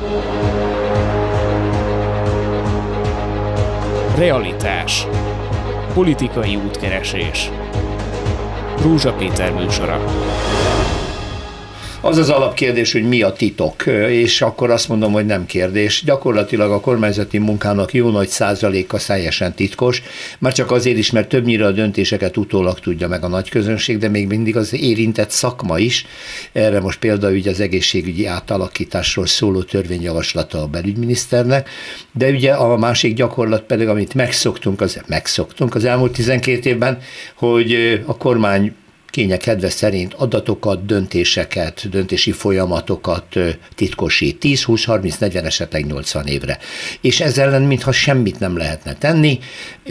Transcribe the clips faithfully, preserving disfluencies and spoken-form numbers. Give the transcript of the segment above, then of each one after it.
Realitás. Politikai útkeresés. Rózsa Péter műsora. Az az alapkérdés, hogy mi a titok, és akkor azt mondom, hogy nem kérdés. Gyakorlatilag a kormányzati munkának jó nagy százaléka teljesen titkos, már csak azért is, mert többnyire a döntéseket utólag tudja meg a nagy közönség, de még mindig az érintett szakma is. Erre most példaügy az egészségügyi átalakításról szóló törvényjavaslata a belügyminiszternek, de ugye a másik gyakorlat pedig, amit megszoktunk, az megszoktunk az elmúlt tizenkét évben, hogy a kormány kénye kedve szerint adatokat, döntéseket, döntési folyamatokat titkosít tíz, húsz, harminc, negyven, esetleg nyolcvan évre. És ezzel ellen mintha semmit nem lehetne tenni.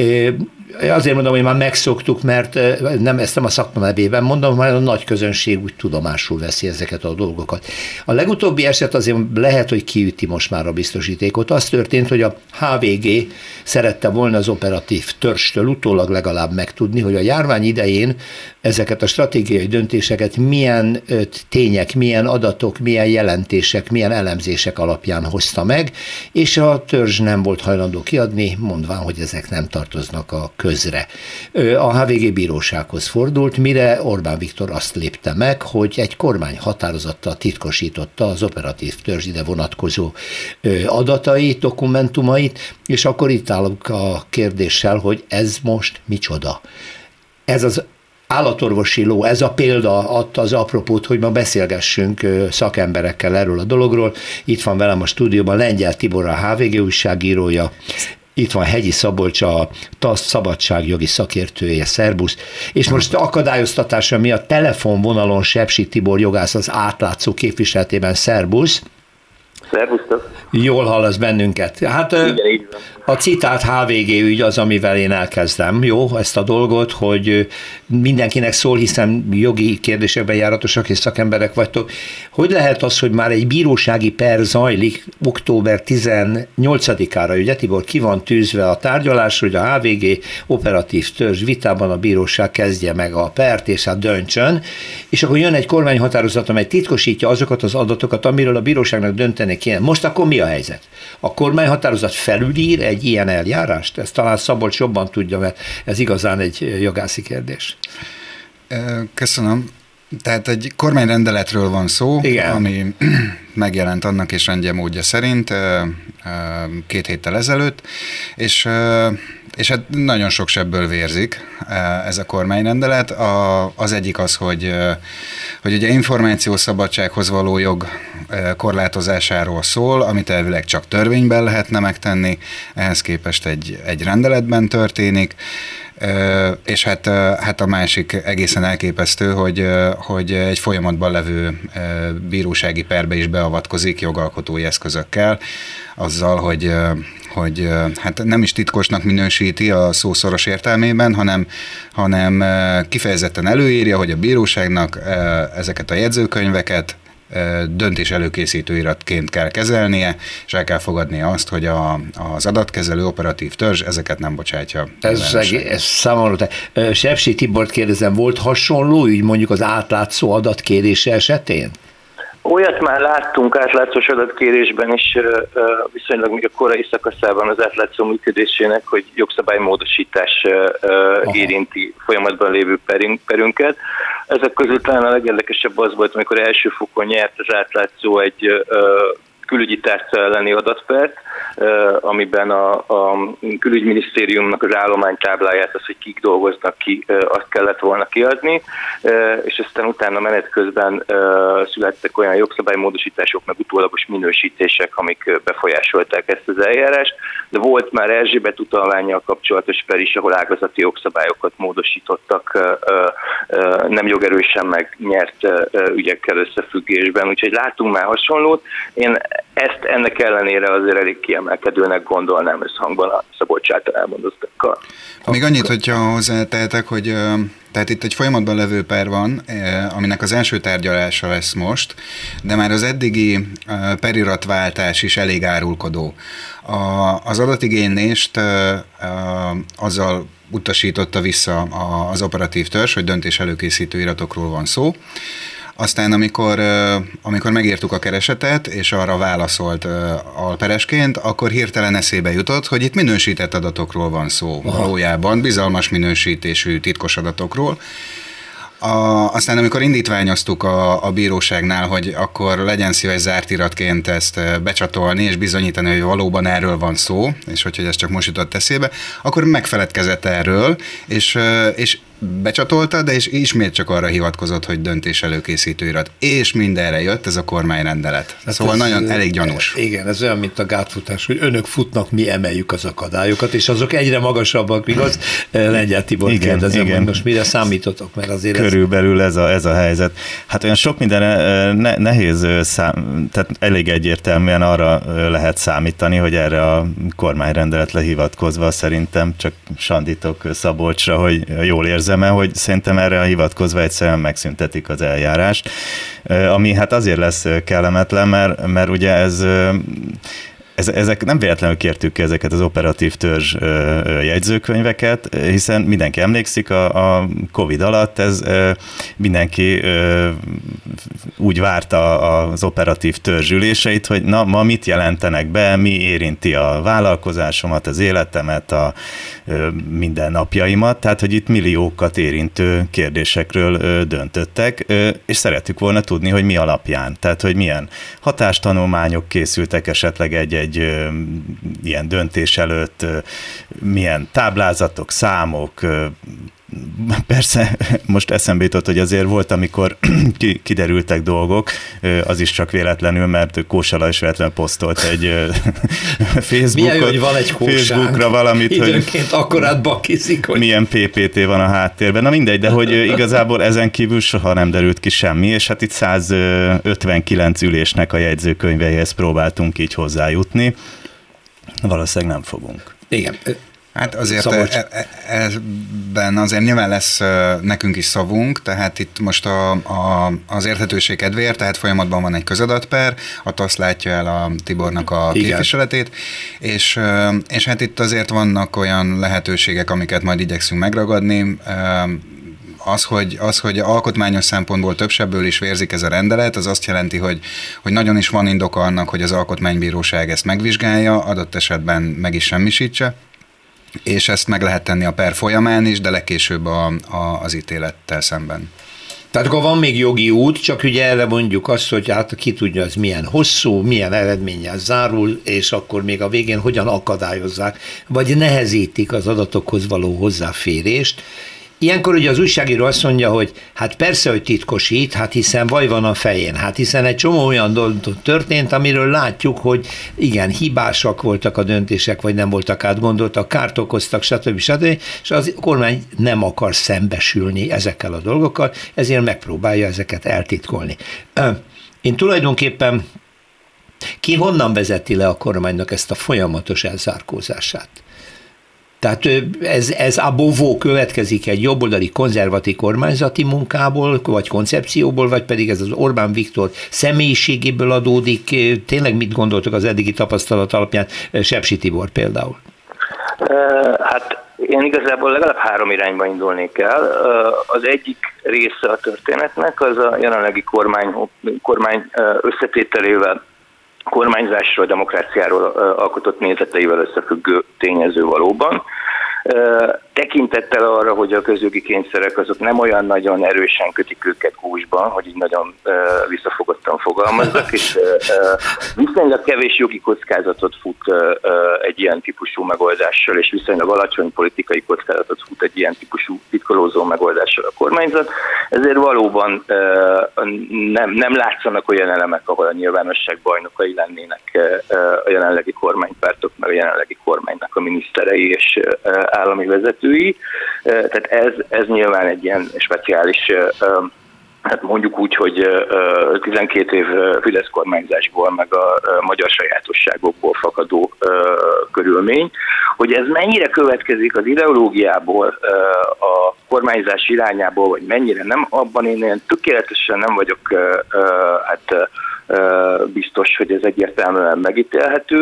Azért mondom, hogy már megszoktuk, mert nem, ezt nem a szakma nevében mondom, hanem a nagy közönség úgy tudomásul veszi ezeket a dolgokat. A legutóbbi eset azért lehet, hogy kiüti most már a biztosítékot. Az történt, hogy a há vé gé szerette volna az operatív törzstől utólag legalább megtudni, hogy a járvány idején ezeket a stratégiai döntéseket milyen tények, milyen adatok, milyen jelentések, milyen elemzések alapján hozta meg, és a törzs nem volt hajlandó kiadni, mondván, hogy ezek nem tartoznak a közre. A há vé gé bírósághoz fordult, mire Orbán Viktor azt lépte meg, hogy egy kormány határozattal titkosította az operatív törzs ide vonatkozó adatait, dokumentumait, és akkor itt állunk a kérdéssel, hogy ez most micsoda. Ez az állatorvosi ló, ez a példa adta az apropót, hogy ma beszélgessünk szakemberekkel erről a dologról. Itt van velem a stúdióban Lengyel Tibor, a há vé gé újságírója, itt van Hegyi Szabolcs, a TASZ szabadságjogi szakértője, szerbusz, és most akadályoztatása miatt telefonvonalon Sepsi Tibor jogász az Átlátszó képviseletében, szerbusz. Szervusztok! Jól hallasz bennünket. Hát igen, így van. A citált há vé gé ügy az, amivel én elkezdem, jó, ezt a dolgot, hogy mindenkinek szól, hiszen jogi kérdésekben járatosak és szakemberek vagytok. Hogy lehet az, hogy már egy bírósági per zajlik október tizennyolcadikára, ugye Tibor, ki van tűzve a tárgyalás, hogy a há vé gé operatív törzs vitában a bíróság kezdje meg a pert, és hát döntsön, és akkor jön egy kormányhatározat, amely titkosítja azokat az adatokat, amiről a bíróságnak dönteni kéne. Most akkor mi a helyzet? A kormányhatározat felülír egy ilyen eljárást? Ezt talán Szabolcs jobban tudja, mert ez igazán egy jogászi kérdés. Köszönöm. Tehát egy kormányrendeletről van szó, igen, ami megjelent annak és rendje módja szerint két héttel ezelőtt, és, és hát nagyon sok sebből vérzik ez a kormányrendelet. A, az egyik az, hogy, hogy ugye információszabadsághoz való jog korlátozásáról szól, amit elvileg csak törvényben lehetne megtenni, ehhez képest egy, egy rendeletben történik. És hát, hát a másik egészen elképesztő, hogy, hogy egy folyamatban levő bírósági perbe is beavatkozik jogalkotói eszközökkel, azzal, hogy, hogy hát nem is titkosnak minősíti a szó szoros értelmében, hanem, hanem kifejezetten előírja, hogy a bíróságnak ezeket a jegyzőkönyveket döntés előkészítő iratként kell kezelnie, és el kell fogadnia azt, hogy a, az adatkezelő operatív törzs ezeket nem bocsátja. Ez, ez számomra. Sepsi Tibort kérdezem, volt hasonló ügy mondjuk az átlátszó adatkérése esetén? Olyat már láttunk átlátszós adatkérésben is viszonylag még a korai szakaszában az átlátszó működésének, hogy jogszabálymódosítás Aha. érinti folyamatban lévő perünket. Ezek közül talán a legérdekesebb az volt, amikor első fokon nyert az átlátszó egy külügyi tárca elleni adatpert, amiben a, a külügyminisztériumnak az állománytábláját, az, hogy kik dolgoznak ki, azt kellett volna kiadni, és aztán utána menet közben születtek olyan jogszabálymódosítások, meg utólagos minősítések, amik befolyásolták ezt az eljárást, de volt már Erzsébet utalvánnyal kapcsolatos per is, ahol ágazati jogszabályokat módosítottak nem jogerősen megnyert ügyekkel összefüggésben, úgyhogy látunk már hasonlót. Én ezt ennek ellenére azért elég kiemelkedőnek gondolnám összhangban a Szabolcs által elmondottakkal. Még annyit, hogyha hozzátehetek, hogy tehát itt egy folyamatban levő per van, aminek az első tárgyalása lesz most, de már az eddigi periratváltás is elég árulkodó. Az adatigénylést azzal utasította vissza az operatív törzs, hogy döntés előkészítő iratokról van szó. Aztán amikor, amikor megírtuk a keresetet, és arra válaszolt alperesként, akkor hirtelen eszébe jutott, hogy itt minősített adatokról van szó. Aha. Valójában bizalmas minősítésű titkos adatokról. A, aztán amikor indítványoztuk a, a bíróságnál, hogy akkor legyen szíves zárt iratként ezt becsatolni, és bizonyítani, hogy valóban erről van szó, és hogy ez csak most jutott eszébe, akkor megfeledkezett erről, és, és becsatolta, de és ismét csak arra hivatkozott, hogy döntés előkészítő irat. És mindenre jött ez a kormányrendelet. Hát szóval ez, nagyon elég gyanús. Igen, ez olyan, mint a gátfutás, hogy önök futnak, mi emeljük az akadályokat, és azok egyre magasabbak, igaz? Lengyel Tibor igen, kérdezem, igen. hogy most mire számítotok, mert azért körülbelül ez a, ez a helyzet. Hát olyan sok minden ne, nehéz szám, tehát elég egyértelműen arra lehet számítani, hogy erre a kormányrendeletre hivatkozva szerintem csak sandítok Szabolcsra, hogy jól érzem, hogy szerintem erre a hivatkozva egyszerűen megszüntetik az eljárást, ami hát azért lesz kellemetlen, mert, mert ugye ez ezek nem véletlenül kértük ki ezeket az operatív törzs jegyzőkönyveket, hiszen mindenki emlékszik, a, a Covid alatt ez mindenki úgy várta az operatív törzs üléseit, hogy na, ma mit jelentenek be, mi érinti a vállalkozásomat, az életemet, a mindennapjaimat, tehát hogy itt milliókat érintő kérdésekről döntöttek, és szerettük volna tudni, hogy mi alapján, tehát hogy milyen hatástanulmányok készültek esetleg egy-egy egy ö, ilyen döntés előtt, ö, milyen táblázatok, számok, ö, persze most eszembe jutott, hogy azért volt, amikor kiderültek dolgok, az is csak véletlenül, mert Kósa is véletlenül posztolt egy Facebookot, milyen, hogy van egy Facebookra valamit, időnként hogy akkorát bakizik, hogy milyen pé pé té van a háttérben. Na mindegy, de hogy igazából ezen kívül soha nem derült ki semmi, és hát itt száz ötvenkilenc ülésnek a jegyzőkönyveihez próbáltunk így hozzájutni. Valószínűleg nem fogunk. Igen. Hát azért e, e, ebben azért nyilván lesz nekünk is szavunk, tehát itt most a, a, az érthetőség kedvéért, tehát folyamatban van egy közadatper, a té á es látja el a Tibornak a igen. képviseletét, és, és hát itt azért vannak olyan lehetőségek, amiket majd igyekszünk megragadni. Az hogy, az, hogy alkotmányos szempontból több sebből is vérzik ez a rendelet, az azt jelenti, hogy, hogy nagyon is van indoka annak, hogy az alkotmánybíróság ezt megvizsgálja, adott esetben meg is semmisítse, és ezt meg lehet tenni a per folyamán is, de legkésőbb a, a, az ítélettel szemben. Tehát akkor van még jogi út, csak ugye erre mondjuk azt, hogy hát ki tudja, az milyen hosszú, milyen eredménnyel zárul, és akkor még a végén hogyan akadályozzák, vagy nehezítik az adatokhoz való hozzáférést. Ilyenkor ugye az újságíró azt mondja, hogy hát persze, hogy titkosít, hát hiszen vaj van a fején, hát hiszen egy csomó olyan dolog történt, amiről látjuk, hogy igen, hibásak voltak a döntések, vagy nem voltak átgondoltak, kárt okoztak, stb. stb. És az kormány nem akar szembesülni ezekkel a dolgokkal, ezért megpróbálja ezeket eltitkolni. Én tulajdonképpen ki honnan vezeti le a kormánynak ezt a folyamatos elzárkózását? Tehát ez, ez abovó következik egy jobboldali konzervatív kormányzati munkából, vagy koncepcióból, vagy pedig ez az Orbán Viktor személyiségéből adódik. Tényleg mit gondoltok az eddigi tapasztalat alapján, Sepsi Tibor például? Hát én igazából legalább három irányba indulnék el. Az egyik része a történetnek az a jelenlegi kormány, kormány összetételével, kormányzásról, demokráciáról alkotott nézeteivel összefüggő tényező valóban. Tekintettel arra, hogy a közjogi kényszerek azok nem olyan nagyon erősen kötik őket húsban, hogy így nagyon visszafogottan fogalmazzak, és viszonylag kevés jogi kockázatot fut egy ilyen típusú megoldással, és viszonylag alacsony politikai kockázatot fut egy ilyen típusú titkolózó megoldással a kormányzat. Ezért valóban nem, nem látszanak olyan elemek, ahol a nyilvánosság bajnokai lennének a jelenlegi kormánypártok, meg a jelenlegi kormánynak a miniszterei és állami vezetői. Tehát ez, ez nyilván egy ilyen speciális, hát mondjuk úgy, hogy tizenkét év Fidesz kormányzásból, meg a magyar sajátosságokból fakadó körülmény, hogy ez mennyire következik az ideológiából, a kormányzás irányából, vagy mennyire nem, abban én, én tökéletesen nem vagyok hát biztos, hogy ez egyértelműen megítélhető.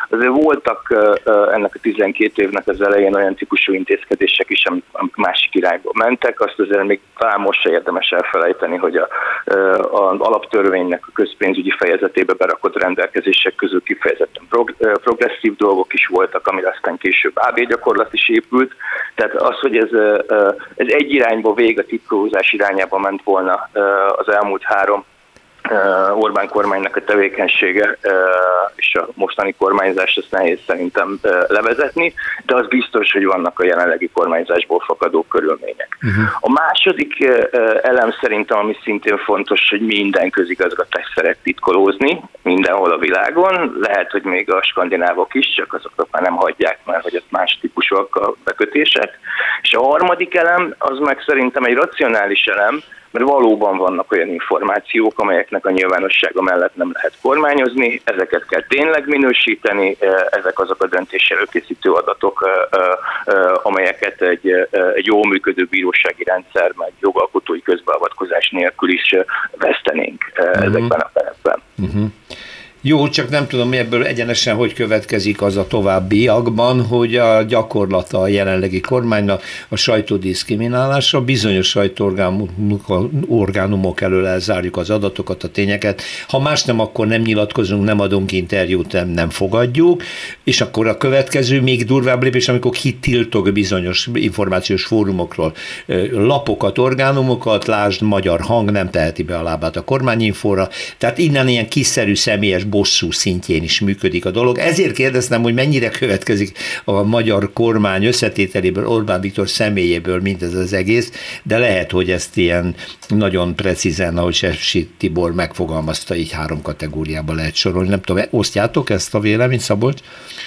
azért voltak ennek a tizenkét évnek az elején olyan típusú intézkedések is, amik másik irányba mentek. Azt azért még talán most se érdemes elfelejteni, hogy a, az alaptörvénynek a közpénzügyi fejezetébe berakott rendelkezések közül kifejezetten progresszív dolgok is voltak, amire aztán később á bé gyakorlat is épült. Tehát az, hogy ez, ez egy irányba vég a titkolózás irányába ment volna az elmúlt három Orbán kormánynak a tevékenysége és a mostani kormányzást azt nehéz szerintem levezetni, de az biztos, hogy vannak a jelenlegi kormányzásból fakadó körülmények. Uh-huh. A második elem szerintem, ami szintén fontos, hogy minden közigazgatás szeret titkolózni, mindenhol a világon, lehet, hogy még a skandinávok is, csak azokat már nem hagyják, mert hogy ott más típusúak a bekötések. És a harmadik elem, az meg szerintem egy racionális elem, mert valóban vannak olyan információk, amelyeknek a nyilvánossága mellett nem lehet kormányozni, ezeket kell tényleg minősíteni, ezek azok a döntéssel előkészítő adatok, amelyeket egy, egy jól működő bírósági rendszer, meg jogalkotói közbeavatkozás nélkül is vesztenénk uh-huh. ezekben a percben. Uh-huh. Jó, csak nem tudom, ebből egyenesen hogy következik az a továbbiakban, hogy a gyakorlata a jelenlegi kormánynak a sajtódiszkriminálása, bizonyos sajtóorgánumok elől elzárjuk az adatokat, a tényeket. Ha más nem, akkor nem nyilatkozunk, nem adunk interjút, nem, nem fogadjuk, és akkor a következő még durvább lépés, amikor kitiltok bizonyos információs fórumokról lapokat, orgánumokat, lásd, Magyar Hang nem teheti be a lábát a kormányinfóra, tehát innen ilyen kiszerű személyes bosszú szintjén is működik a dolog. Ezért kérdeztem, hogy mennyire következik a magyar kormány összetételéből, Orbán Viktor személyéből mindez az egész, de lehet, hogy ezt ilyen nagyon precízen, ahogy Sepsi Tibor megfogalmazta, így három kategóriába lehet sorolni. Nem tudom, osztjátok ezt a véleményt, Szabolcs?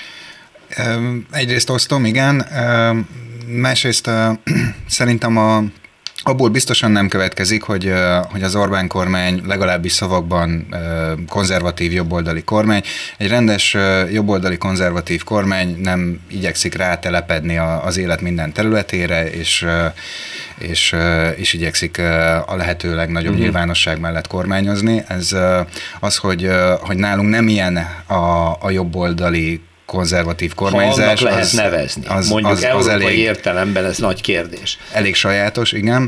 Egyrészt osztom, igen. Másrészt szerintem a abból biztosan nem következik, hogy, hogy az Orbán kormány legalábbis szavakban konzervatív jobboldali kormány. Egy rendes jobboldali konzervatív kormány nem igyekszik rátelepedni az élet minden területére, és, és, és igyekszik a lehető legnagyobb uh-huh. nyilvánosság mellett kormányozni. Ez az, hogy, hogy nálunk nem ilyen a, a jobboldali konzervatív kormányzás. Ha lehet az, nevezni. Az, Mondjuk az, európai az elég, értelemben ez nagy kérdés. Elég sajátos, igen.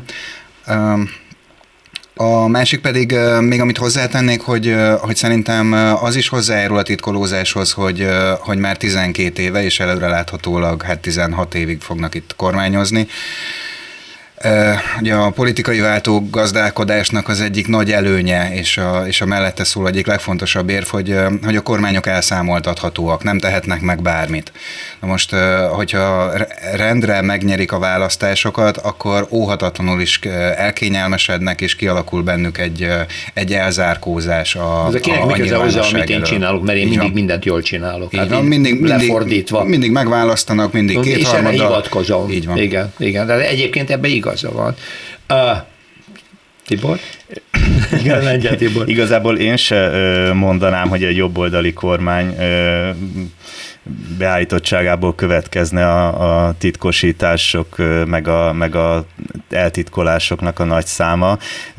A másik pedig, még amit hozzátennék, hogy, hogy szerintem az is hozzájárul a titkolózáshoz, hogy, hogy már tizenkét éve, és előreláthatólag hát tizenhat évig fognak itt kormányozni. Ugye a politikai váltógazdálkodásnak az egyik nagy előnye, és a, és a mellette szól egyik legfontosabb érv, hogy, hogy a kormányok elszámoltathatóak, nem tehetnek meg bármit. Na most, hogyha rendre megnyerik a választásokat, akkor óhatatlanul is elkényelmesednek, és kialakul bennük egy, egy elzárkózás a, ez a, kinek a nyilvánosság elől. Amit én csinálok, mert én mindig mindent jól csinálok. Hát van, mindig, mindig, mindig megválasztanak, mindig kétharmaddal. És erre hivatkozom. Így van. Igen, igen, de egyébként ebben igaza van. Uh, Tibor? Igen, Tibor? Igazából én se mondanám, hogy egy jobboldali kormány beállítottságából következne a, a titkosítások, meg a, meg a eltitkolásoknak a nagy száma.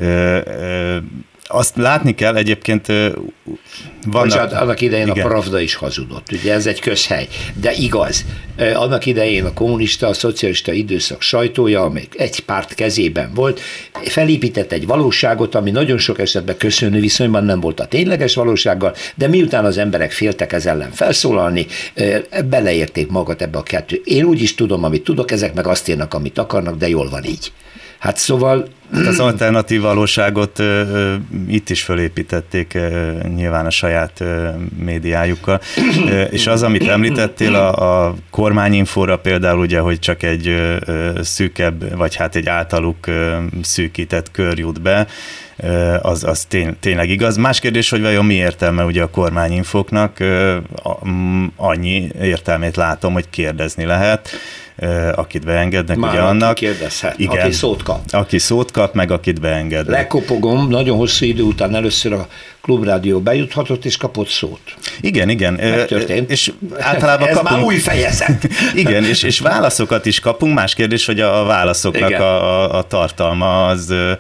Azt látni kell egyébként... Vannak, Bocsánat, annak idején igen. A Pravda is hazudott, ugye ez egy közhely, de igaz. Annak idején a kommunista, a szocialista időszak sajtója, amely egy párt kezében volt, felépített egy valóságot, ami nagyon sok esetben köszönő viszonyban nem volt a tényleges valósággal, de miután az emberek féltek ez ellen felszólalni, beleérték magat ebbe a kettő. Én úgy is tudom, amit tudok, ezek meg azt írnak, amit akarnak, de jól van így. Hát szóval... Az alternatív valóságot ö, ö, itt is fölépítették ö, nyilván a saját ö, médiájukkal, ö, és az, amit említettél a, a kormányinfóra például ugye, hogy csak egy ö, szűkebb, vagy hát egy általuk ö, szűkített kör jut be, ö, az, az tény, tényleg igaz. Más kérdés, hogy vajon mi értelme ugye a kormányinfóknak, ö, annyi értelmét látom, hogy kérdezni lehet, akit beengednek, már ugye annak. Kérdezhet, igen, aki szót kap. Aki szót kap, meg akit beengednek. Lekopogom, nagyon hosszú idő után először a Klubrádió bejuthatott, és kapott szót. Igen, igen. Megtörtént. És általában ez kapunk... már új fejezet. Igen, és, és válaszokat is kapunk. Más kérdés, hogy a válaszoknak a, a, a tartalma az...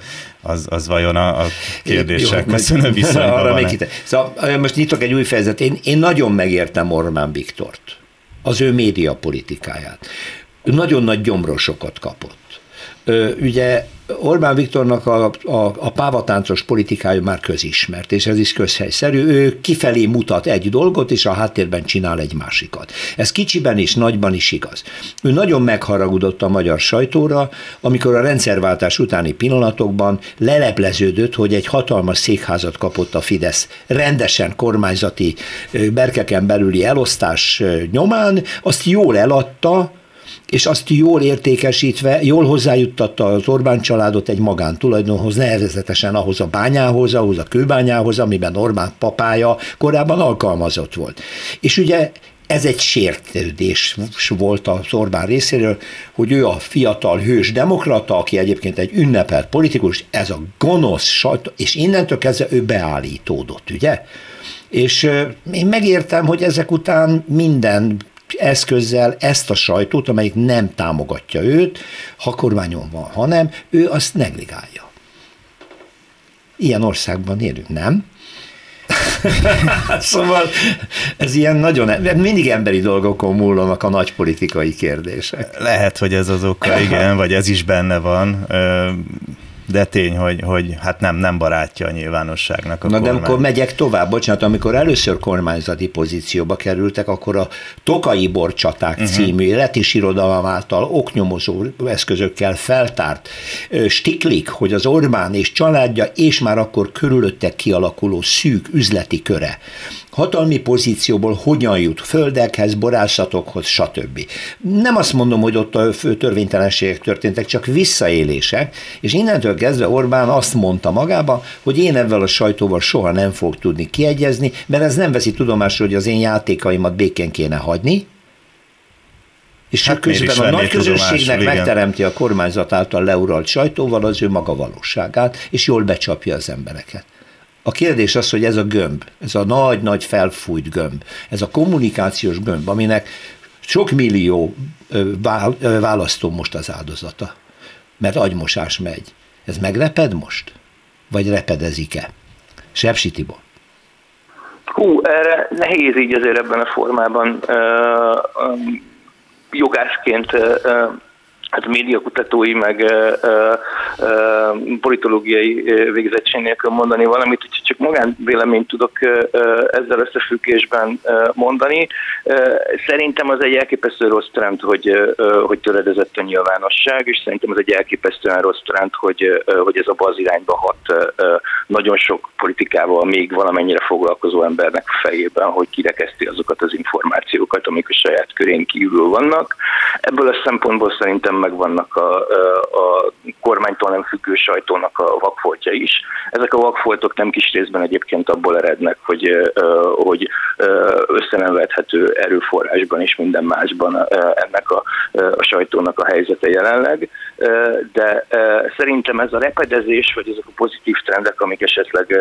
az, az vajon a, a kérdéssel köszönő viszonyban van-e? Szóval most nyitok egy új fejezet. Én, én nagyon megértem Orbán Viktort, az ő médiapolitikáját. Ő nagyon nagy gyomrosokat kapott. Ugye Orbán Viktornak a, a, a pávatáncos politikája már közismert, és ez is közhelyszerű. Ő kifelé mutat egy dolgot, és a háttérben csinál egy másikat. Ez kicsiben is, nagyban is igaz. Ő nagyon megharagudott a magyar sajtóra, amikor a rendszerváltás utáni pillanatokban lelepleződött, hogy egy hatalmas székházat kapott a Fidesz rendesen kormányzati berkeken belüli elosztás nyomán, azt jól eladta, és azt jól értékesítve, jól hozzájuttatta az Orbán családot egy magántulajdonhoz, nevezetesen ahhoz a bányához, ahhoz a kőbányához, amiben Orbán papája korábban alkalmazott volt. És ugye ez egy sértődés volt az Orbán részéről, hogy ő a fiatal hős demokrata, aki egyébként egy ünnepelt politikus, ez a gonosz sajtó, és innentől kezdve ő beállítódott, ugye? És én megértem, hogy ezek után minden eszközzel ezt a sajtót, amelyik nem támogatja őt, ha kormányon van, hanem ő azt negligálja. Ilyen országban élünk, nem? Szóval ez ilyen nagyon, mindig emberi dolgokon múlnak a nagy politikai kérdések. Lehet, hogy ez az oka, igen, vagy ez is benne van, de tény, hogy, hogy hát nem, nem barátja a nyilvánosságnak a Na kormány. de akkor megyek tovább, bocsánat, amikor először kormányzati pozícióba kerültek, akkor a Tokai borcsaták uh-huh. című letis irodalom által oknyomozó eszközökkel feltárt stiklik, hogy az Orbán és családja, és már akkor körülötte kialakuló szűk üzleti köre hatalmi pozícióból hogyan jut földekhez, borászatokhoz, stb. Nem azt mondom, hogy ott a törvénytelenségek történtek, csak visszaélések, és innentől kezdve Orbán azt mondta magába, hogy én ebben a sajtóval soha nem fog tudni kiegyezni, mert ez nem veszi tudomásra, hogy az én játékaimat békén kéne hagyni, és hát közben a nagy közösségnek megteremti a kormányzat által leuralt sajtóval az ő maga valóságát, és jól becsapja az embereket. A kérdés az, hogy ez a gömb, ez a nagy-nagy felfújt gömb, ez a kommunikációs gömb, aminek sok millió választó most az áldozata, mert agymosás megy. Ez megreped most? Vagy repedezik-e? Sepsi Tibor. Hú, erre nehéz így azért ebben a formában uh, um, jogászként uh, hát médiakutatói, meg uh, uh, politológiai végzettség nélkül mondani valamit, úgyhogy csak magánvéleményt tudok uh, ezzel összefüggésben uh, mondani. Uh, szerintem az egy elképesztő rossz trend, hogy, uh, hogy töredezett a nyilvánosság, és szerintem az egy elképesztően rossz trend, hogy, uh, hogy ez abba az irányba hat uh, nagyon sok politikával még valamennyire foglalkozó embernek fejében, hogy kirekeszti azokat az információkat, amik a saját körén kívül vannak. Ebből a szempontból szerintem megvannak a, a kormánytól nem függő sajtónak a vakfoltja is. Ezek a vakfoltok nem kis részben egyébként abból erednek, hogy, hogy össze nem vethető erőforrásban és minden másban ennek a, a sajtónak a helyzete jelenleg. De szerintem ez a repedezés, vagy ezek a pozitív trendek, amik esetleg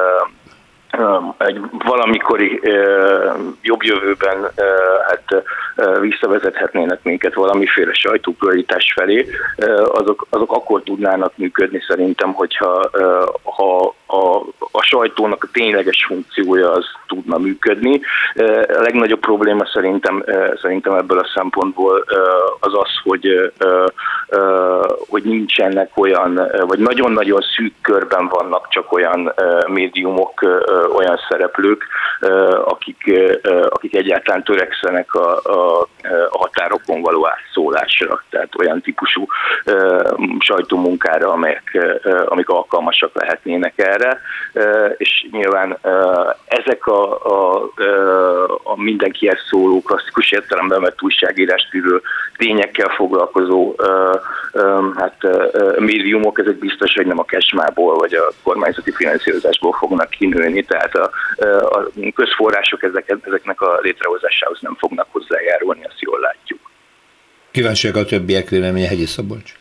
egy valamikori jobb jövőben hát visszavezethetnének minket valamiféle sajtópluralitás felé, azok, azok akkor tudnának működni szerintem, hogyha ha a, a sajtónak a tényleges funkciója az tudna működni. A legnagyobb probléma szerintem, szerintem ebből a szempontból az az, hogy, hogy nincsenek olyan, vagy nagyon-nagyon szűk körben vannak csak olyan médiumok, olyan szereplők, akik, akik egyáltalán törekszenek a, a, a határokon való átszólásra, tehát olyan típusú sajtómunkára, amelyek, amik alkalmasak lehetnének erre, és nyilván ezek a, a, a mindenkihez szóló klasszikus értelemben vett újságírást tűrő tényekkel foglalkozó hát, médiumok, ezek biztos, hogy nem a kesmából vagy a kormányzati finanszírozásból fognak kinőni, tehát a, a közforrások ezek, ezeknek a létrehozásához nem fognak hozzájárulni, azt jól látjuk. Kíváncsiak a többiek véleménye, Hegyi Szabolcs.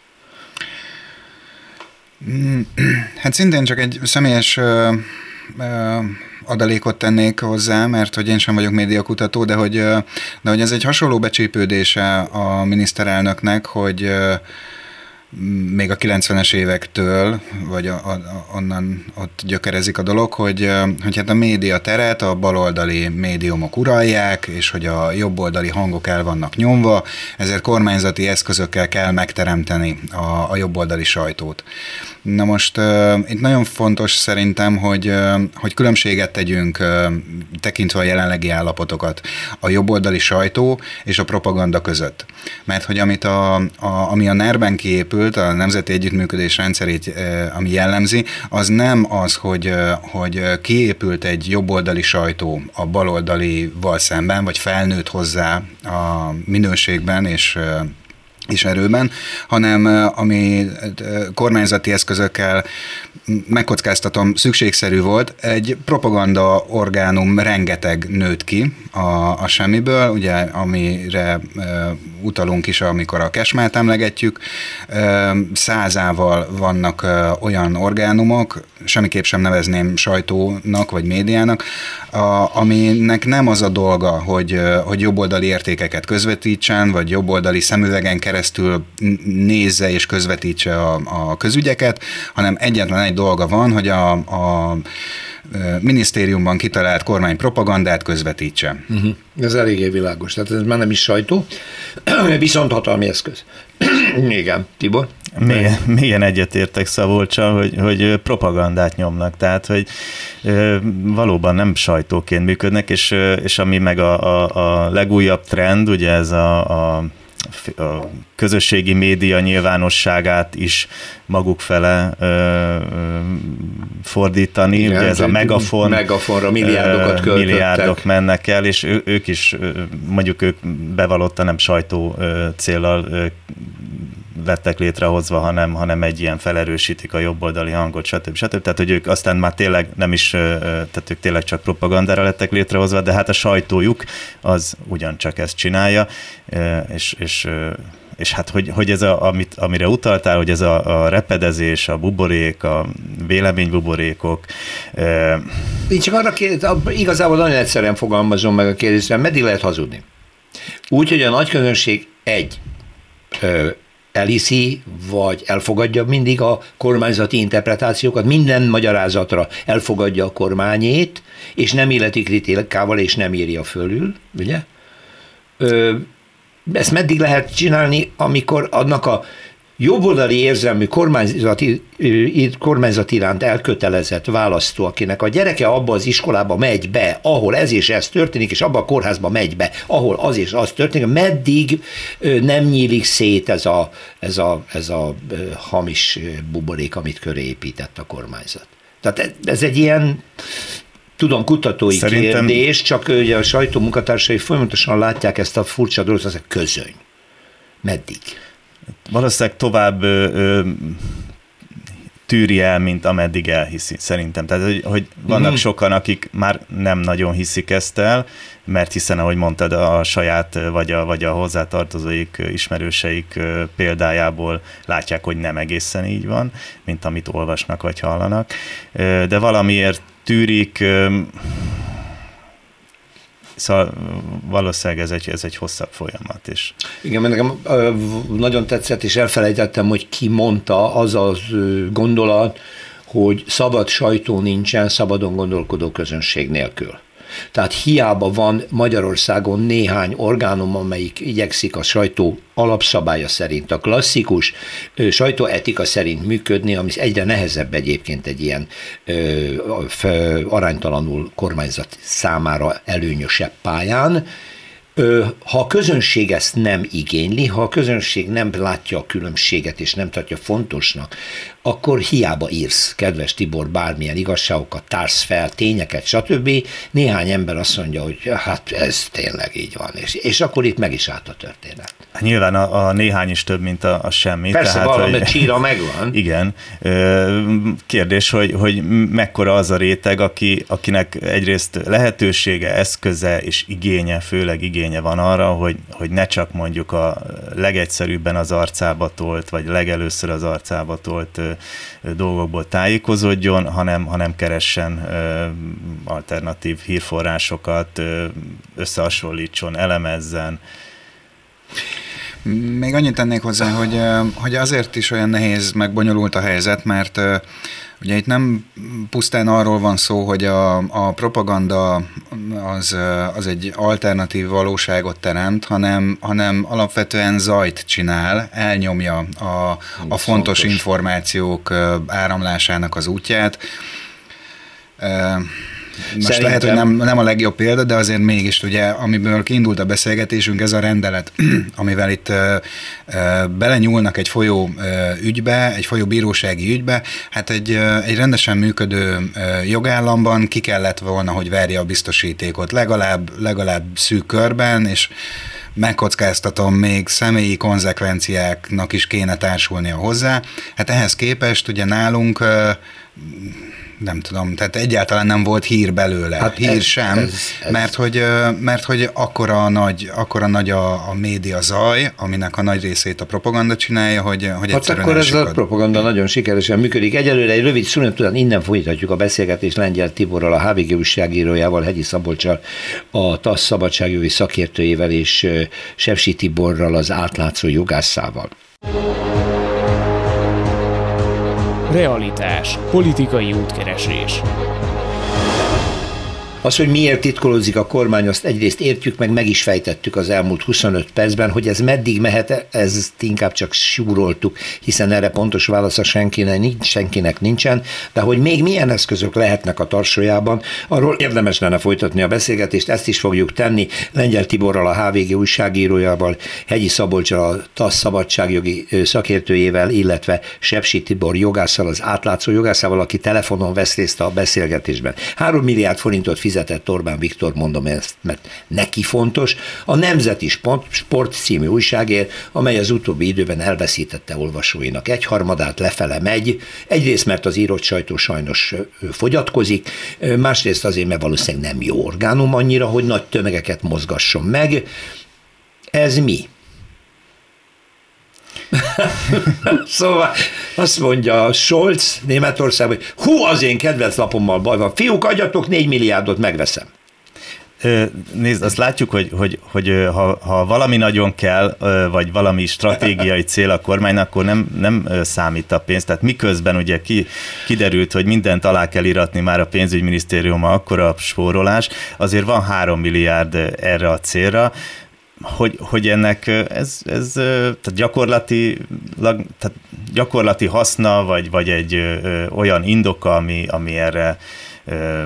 Hát szintén csak egy személyes ö, ö, adalékot tennék hozzá, mert hogy én sem vagyok médiakutató, de hogy, de hogy ez egy hasonló becsípődése a miniszterelnöknek, hogy még a kilencvenes évektől, vagy a, a, onnan ott gyökerezik a dolog, hogy, hogy hát a média teret a baloldali médiumok uralják, és hogy a jobboldali hangok el vannak nyomva, ezért kormányzati eszközökkel kell megteremteni a, a jobboldali sajtót. Na most uh, itt nagyon fontos szerintem, hogy, uh, hogy különbséget tegyünk uh, tekintve a jelenlegi állapotokat a jobboldali sajtó és a propaganda között. Mert hogy amit a, a, ami a NER-ben kiépült, a Nemzeti Együttműködés rendszerét, uh, ami jellemzi, az nem az, hogy, uh, hogy kiépült egy jobboldali sajtó a baloldalival szemben, vagy felnőtt hozzá a minőségben és uh, és erőben, hanem ami kormányzati eszközökkel, megkockáztatom, szükségszerű volt, egy propaganda orgánum rengeteg nőtt ki a, a semmiből, ugye, amire e, utalunk is, amikor a Kesmát emlegetjük. E, százával vannak e, olyan orgánumok, semmiképp sem nevezném sajtónak vagy médiának, a, aminek nem az a dolga, hogy, hogy jobboldali értékeket közvetítsen, vagy jobboldali szemüvegen keresztül nézze és közvetítse a, a közügyeket, hanem egyetlen egy dolga van, hogy a, a minisztériumban kitalált kormány propagandát közvetítse. Uh-huh. Ez eléggé világos. Tehát ez már nem is sajtó, viszont hatalmi eszköz. Igen, Tibor? Mélyen, mélyen egyetértek Szabolccsal, hogy, hogy propagandát nyomnak, tehát hogy valóban nem sajtóként működnek, és, és ami meg a, a, a legújabb trend, ugye ez a, a a közösségi média nyilvánosságát is maguk fele ö, ö, fordítani. Igen, ugye ez a megafon. Megafonra milliárdokat költöttek. Milliárdok mennek el, és ő, ők is, mondjuk ők bevallottan nem sajtó céllal lettek létrehozva, hanem, hanem egy ilyen felerősítik a jobboldali hangot, stb. stb. Tehát, hogy ők aztán már tényleg nem is, tehát ők tényleg csak propagandára lettek létrehozva, de hát a sajtójuk az ugyancsak ezt csinálja, és, és, és hát, hogy, hogy ez a, amit, amire utaltál, hogy ez a, a repedezés, a buborék, a véleménybuborékok. Én csak arra kérdezem, igazából nagyon egyszerűen fogalmazom meg a kérdésre, meddig lehet hazudni? Úgy, hogy a nagy közönség egy, elhiszi, vagy elfogadja mindig a kormányzati interpretációkat, minden magyarázatra elfogadja a kormányét, és nem illeti kritikával, és nem írja fölül, ugye? Ö, ezt meddig lehet csinálni, amikor annak a jobboldali érzelmű kormányzati, kormányzat iránt elkötelezett választó, akinek a gyereke abba az iskolába megy be, ahol ez és ez történik, és abba a kórházba megy be, ahol az és az történik, meddig nem nyílik szét ez a, ez a, ez a hamis buborék, amit köré épített a kormányzat. Tehát ez egy ilyen, tudom, kutatói Szerintem... kérdés, csak ugye a sajtó munkatársai folyamatosan látják ezt a furcsa dolgot, az a közöny. Meddig? Valószínűleg tovább ö, ö, tűri el, mint ameddig elhiszi, szerintem. Tehát, hogy, hogy vannak mm. sokan, akik már nem nagyon hiszik ezt el, mert hiszen, ahogy mondtad, a saját vagy a, vagy a hozzátartozóik, ismerőseik példájából látják, hogy nem egészen így van, mint amit olvasnak vagy hallanak. De valamiért tűrik. Szóval valószínűleg ez egy, ez egy hosszabb folyamat is. Igen, mert nekem nagyon tetszett, és elfelejtettem, hogy ki mondta, az az gondolat, hogy szabad sajtó nincsen szabadon gondolkodó közönség nélkül. Tehát hiába van Magyarországon néhány orgánum, amelyik igyekszik a sajtó alapszabálya szerint, a klasszikus ö, sajtóetika szerint működni, ami egyre nehezebb egyébként egy ilyen ö, ö, aránytalanul kormányzat számára előnyösebb pályán. Ö, ha a közönség ezt nem igényli, ha a közönség nem látja a különbséget és nem tartja fontosnak, akkor hiába írsz, kedves Tibor, bármilyen igazságokat, társz fel, tényeket, stb. Néhány ember azt mondja, hogy hát ez tényleg így van, és, és akkor itt meg is állt a történet. Nyilván a, a néhány is több, mint a, a semmi. Persze, tehát, valami hogy, csíra megvan. Igen. Kérdés, hogy, hogy mekkora az a réteg, aki, akinek egyrészt lehetősége, eszköze és igénye, főleg igénye van arra, hogy, hogy ne csak mondjuk a legegyszerűbben az arcába tolt, vagy legelőször az arcába tolt dolgokból tájékozódjon, hanem, hanem keressen alternatív hírforrásokat, összehasonlítson, elemezzen. Még annyit tennék hozzá, hogy, hogy azért is olyan nehéz, meg bonyolult a helyzet, mert ugye itt nem pusztán arról van szó, hogy a, a propaganda az, az egy alternatív valóságot teremt, hanem, hanem alapvetően zajt csinál, elnyomja a, a fontos, fontos információk áramlásának az útját. Most Szerintem... lehet, hogy nem, nem a legjobb példa, de azért mégis ugye, amiből kiindult a beszélgetésünk, ez a rendelet, amivel itt ö, ö, belenyúlnak egy folyó ö, ügybe, egy folyó bírósági ügybe, hát egy, ö, egy rendesen működő ö, jogállamban ki kellett volna, hogy verje a biztosítékot, legalább, legalább szűk körben, és megkockáztatom, még személyi konzekvenciáknak is kéne társulnia hozzá. Hát ehhez képest ugye nálunk ö, nem tudom, tehát egyáltalán nem volt hír belőle, hát hír ez, sem, ez, ez. Mert, hogy, mert hogy akkora nagy, akkora nagy a, a média zaj, aminek a nagy részét a propaganda csinálja, hogy, hogy hát akkor ez a propaganda nagyon sikeresen működik. Egyelőre egy rövid szünet után innen folytatjuk a beszélgetést Lengyel Tiborral, a há vé gé újságírójával, Hegyi Szabolccsal, a TASZ szabadságjogi szakértőjével és Sepsi Tiborral, az átlátszó jogászával. Realitás, politikai útkeresés. Az, hogy miért titkolózik a kormány, azt egyrészt értjük, meg meg is fejtettük az elmúlt huszonöt percben, hogy ez meddig mehet, ezt inkább csak súroltuk, hiszen erre pontos válasza senkinek, nincs, senkinek nincsen, de hogy még milyen eszközök lehetnek a tarsolyában, arról érdemes lenne folytatni a beszélgetést, ezt is fogjuk tenni Lengyel Tiborral, a há vé gé újságírójával, Hegyi Szabolccsal, a TASZ szabadságjogi szakértőjével, illetve Sepsi Tibor jogásszal, az átlátszó jogászával, aki telefonon vesz részt a beszélgetésben. Három milliárd forintot fizetett Orbán Viktor, mondom ezt, mert neki fontos, a Nemzeti Sport című újságért, amely az utóbbi időben elveszítette olvasóinak egyharmadát, lefele megy, egyrészt mert az írott sajtó sajnos fogyatkozik, másrészt azért, mert valószínűleg nem jó orgánum annyira, hogy nagy tömegeket mozgasson meg. Ez mi? Szóval azt mondja Scholz Németországban, hogy hú, az én kedvenc lapommal baj van. Fiúk, adjatok négy milliárdot, megveszem. Nézd, azt látjuk, hogy, hogy, hogy ha, ha valami nagyon kell, vagy valami stratégiai cél a kormánynak, akkor nem, nem számít a pénz. Tehát miközben ugye ki, kiderült, hogy mindent alá kell iratni már a pénzügyminisztériummal, akkor a spórolás, azért van három milliárd erre a célra, hogy, hogy ennek ez, ez tehát gyakorlati, tehát gyakorlati haszna, vagy, vagy egy ö, olyan indoka, ami, ami erre ö,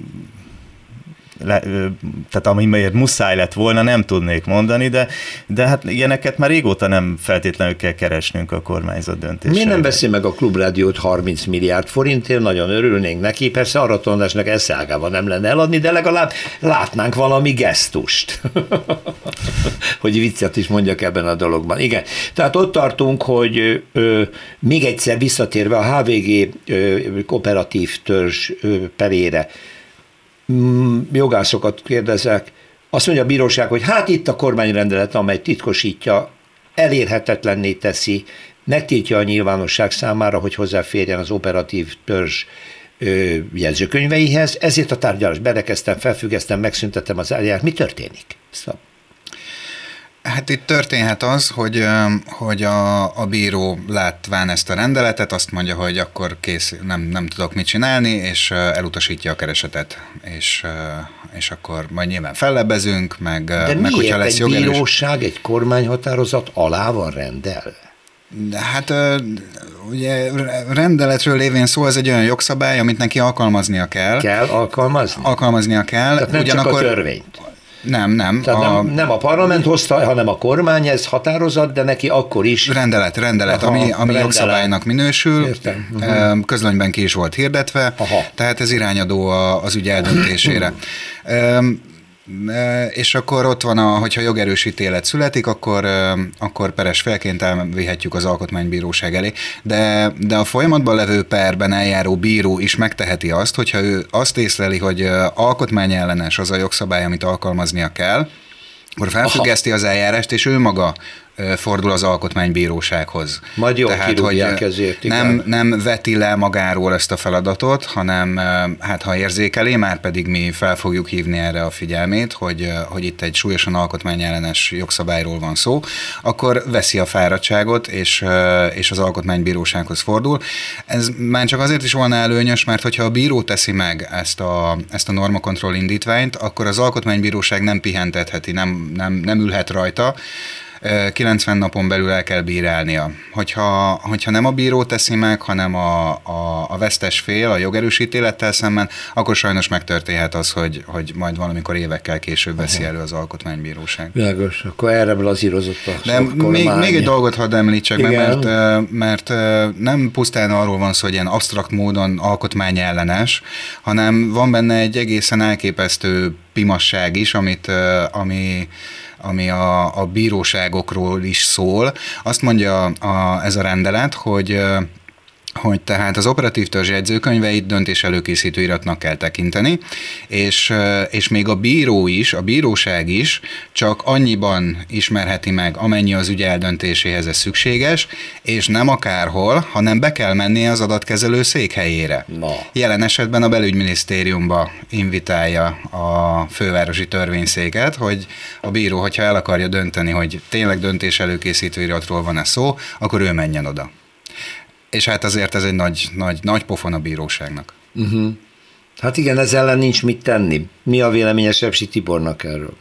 Le, tehát amiért muszáj lett volna, nem tudnék mondani, de, de hát ilyeneket már régóta nem feltétlenül kell keresnünk a kormányzat döntésére. Miért nem veszi meg a Klubrádiót harminc milliárd forintért? Nagyon örülnénk neki, persze Aratonásnak eszágában nem lenne eladni, de legalább látnánk valami gesztust. Hogy viccet is mondjak ebben a dologban. Igen, tehát ott tartunk, hogy ö, még egyszer visszatérve a há vé gé ö, kooperatív törzs ö, perére, jogászokat kérdezek, azt mondja a bíróság, hogy hát itt a kormányrendelet, amely titkosítja, elérhetetlenné teszi, megtiltja a nyilvánosság számára, hogy hozzáférjen az operatív törzs ö, jegyzőkönyveihez, ezért a tárgyalást berekeztem, felfüggesztem, megszüntettem az eljárást. Mi történik? Szóval. Hát itt történhet az, hogy, hogy a, a bíró látván ezt a rendeletet, azt mondja, hogy akkor kész, nem, nem tudok mit csinálni, és elutasítja a keresetet, és, és akkor majd nyilván fellebbezünk, meg, De meg hogyha lesz jogerős... egy bíróság, egy kormányhatározat alá van rendelve? Hát ugye rendeletről lévén szó, ez egy olyan jogszabály, amit neki alkalmaznia kell. Kell alkalmazni? Alkalmaznia kell. Tehát nem Ugyanakkor... csak a törvényt. Nem, nem. Tehát a, nem, nem a parlament hozta, hanem a kormány, ez határozat, de neki akkor is... Rendelet, rendelet, Aha, ami, ami rendelet. jogszabálynak minősül, Értem. Uh-huh. közlönyben ki is volt hirdetve, Aha. tehát ez irányadó az ügy eldöntésére. És akkor ott van, a, hogyha jogerős ítélet születik, akkor, akkor peres felként elvihetjük az alkotmánybíróság elé. De, de a folyamatban levő perben eljáró bíró is megteheti azt, hogyha ő azt észleli, hogy alkotmányellenes az a jogszabály, amit alkalmaznia kell, akkor felfüggeszti az eljárást, és ő maga fordul az alkotmánybírósághoz. Majd jól Tehát, kirúgják ezért. Nem, nem veti le magáról ezt a feladatot, hanem hát ha érzékeli, már pedig mi fel fogjuk hívni erre a figyelmét, hogy, hogy itt egy súlyosan alkotmányellenes jogszabályról van szó, akkor veszi a fáradtságot, és, és az alkotmánybírósághoz fordul. Ez már csak azért is volna előnyös, mert hogyha a bíró teszi meg ezt a, ezt a normakontroll indítványt, akkor az alkotmánybíróság nem pihentetheti, nem, nem, nem ülhet rajta, kilencven napon belül el kell bírálnia. Hogyha, hogyha nem a bíró teszi meg, hanem a, a, a vesztes fél, a jogerősítélettel szemben, akkor sajnos megtörténhet az, hogy, hogy majd valamikor évekkel később veszi elő az alkotmánybíróság. Világos, akkor erre lazírozott a De még, még egy dolgot hadd említsek meg, mert, mert nem pusztán arról van szó, hogy ilyen absztrakt módon alkotmányellenes, hanem van benne egy egészen elképesztő pimasság is, amit, ami ami a, a bíróságokról is szól. Azt mondja a, ez a rendelet, hogy hogy tehát az operatív törzs jegyzőkönyveit döntés előkészítő iratnak kell tekinteni, és, és még a bíró is, a bíróság is csak annyiban ismerheti meg, amennyi az ügy eldöntéséhez ez szükséges, és nem akárhol, hanem be kell mennie az adatkezelő székhelyére. Na. Jelen esetben a belügyminisztériumba invitálja a fővárosi törvényszéket, hogy a bíró, hogyha el akarja dönteni, hogy tényleg döntés előkészítő iratról van-e szó, akkor ő menjen oda. És hát azért ez egy nagy, nagy, nagy pofon a bíróságnak. Uh-huh. Hát igen, ez ellen nincs mit tenni. Mi a véleménye Sepsi Tibornak erről?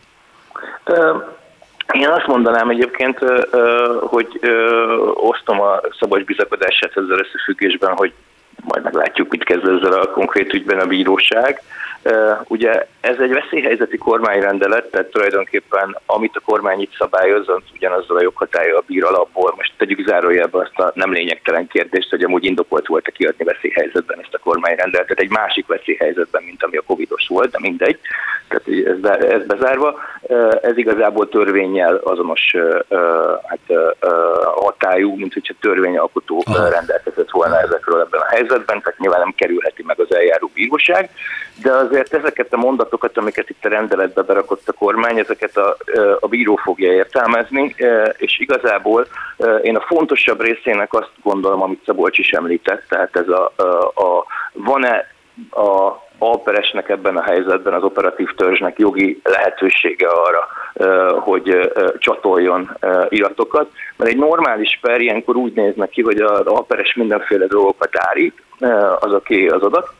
Én azt mondanám egyébként, hogy osztom a Szabolcs bizakodását ezzel összefüggésben, hogy majd meglátjuk, mit kezd ezzel a konkrét ügyben a bíróság. Ugye ez egy veszélyhelyzeti kormányrendelet, tehát tulajdonképpen amit a kormány itt szabályoz, ugyanazzal a joghatállyal bír alapból. Most tegyük zárójelbe azt a nem lényegtelen kérdést, hogy amúgy indokolt volt-e kiadni veszélyhelyzetben ezt a kormányrendeletet, egy másik veszélyhelyzetben, mint ami a covidos volt, de mindegy. Tehát ez, ez bezárva, ez igazából törvénnyel azonos hát, hatályú, mint hogyha törvényalkotó rendelkezett volna ezekről ebben a helyzetben, tehát nyilván nem kerülheti meg az eljáró bíróság, de azért ezeket a mondatokat, amiket itt a rendeletbe berakott a kormány, ezeket a, a bíró fogja értelmezni, és igazából én a fontosabb részének azt gondolom, amit Szabolcs is említett, tehát ez a, a, a van-e a alperesnek ebben a helyzetben, az operatív törzsnek jogi lehetősége arra, hogy csatoljon iratokat, mert egy normális per ilyenkor úgy néz neki, hogy az alperes mindenféle dolgokat állít, az oké az adat,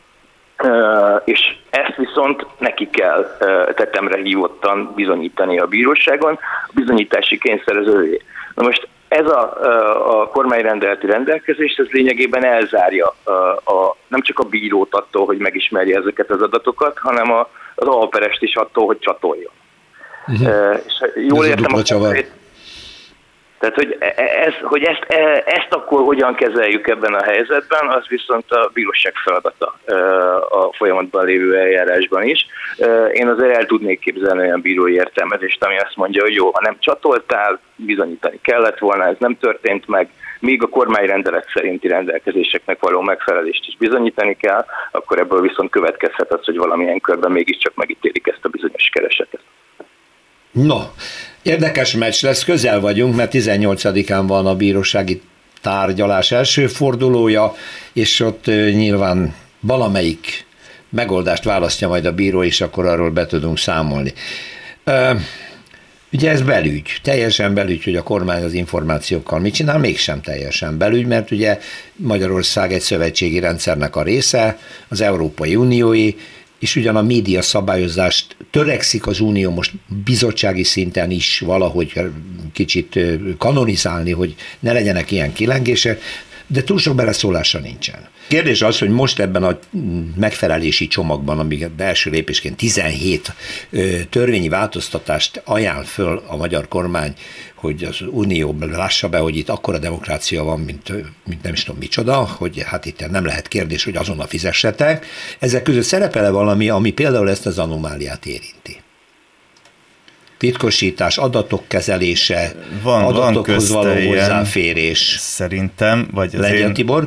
és ezt viszont neki kell tetemre hívottan bizonyítani a bíróságon, a bizonyítási kényszer az ővé. Na most ez a, a kormányrendeleti rendelkezés, ez lényegében elzárja a, a, nem csak a bírót attól, hogy megismerje ezeket az adatokat, hanem a, az alperest is attól, hogy csatoljon. Uh-huh. És jól ez értem, a tehát, hogy, ez, hogy ezt, ezt akkor hogyan kezeljük ebben a helyzetben, az viszont a bíróság feladata a folyamatban lévő eljárásban is. Én azért el tudnék képzelni olyan bírói értelmezést, ami azt mondja, hogy jó, ha nem csatoltál, bizonyítani kellett volna, ez nem történt meg, míg a kormányrendelet szerinti rendelkezéseknek való megfelelést is bizonyítani kell, akkor ebből viszont következhet az, hogy valamilyen körben mégiscsak megítélik ezt a bizonyos keresetet. No, érdekes meccs lesz, közel vagyunk, mert tizennyolcadikán van a bírósági tárgyalás első fordulója, és ott nyilván valamelyik megoldást választja majd a bíró, és akkor arról be tudunk számolni. Ugye ez belügy, teljesen belügy, hogy a kormány az információkkal mit csinál, mégsem teljesen belügy, mert ugye Magyarország egy szövetségi rendszernek a része, az Európai Uniói, és ugyan a média szabályozást törekszik az Unió most bizottsági szinten is valahogy kicsit kanonizálni, hogy ne legyenek ilyen kilengések, de túl sok beleszólása nincsen. Kérdés az, hogy most ebben a megfelelési csomagban, ami első lépésként tizenhét törvényi változtatást ajánl föl a magyar kormány, hogy az Unió lássa be, hogy itt akkora demokrácia van, mint, mint nem is tudom micsoda, hogy hát itt nem lehet kérdés, hogy azonnal fizessetek. Ezek között szerepel valami, ami például ezt az anomáliát érinti. Titkosítás, adatok kezelése, van, adatokhoz van való hozzáférés. Szerintem, vagy legyen, én, Tibor?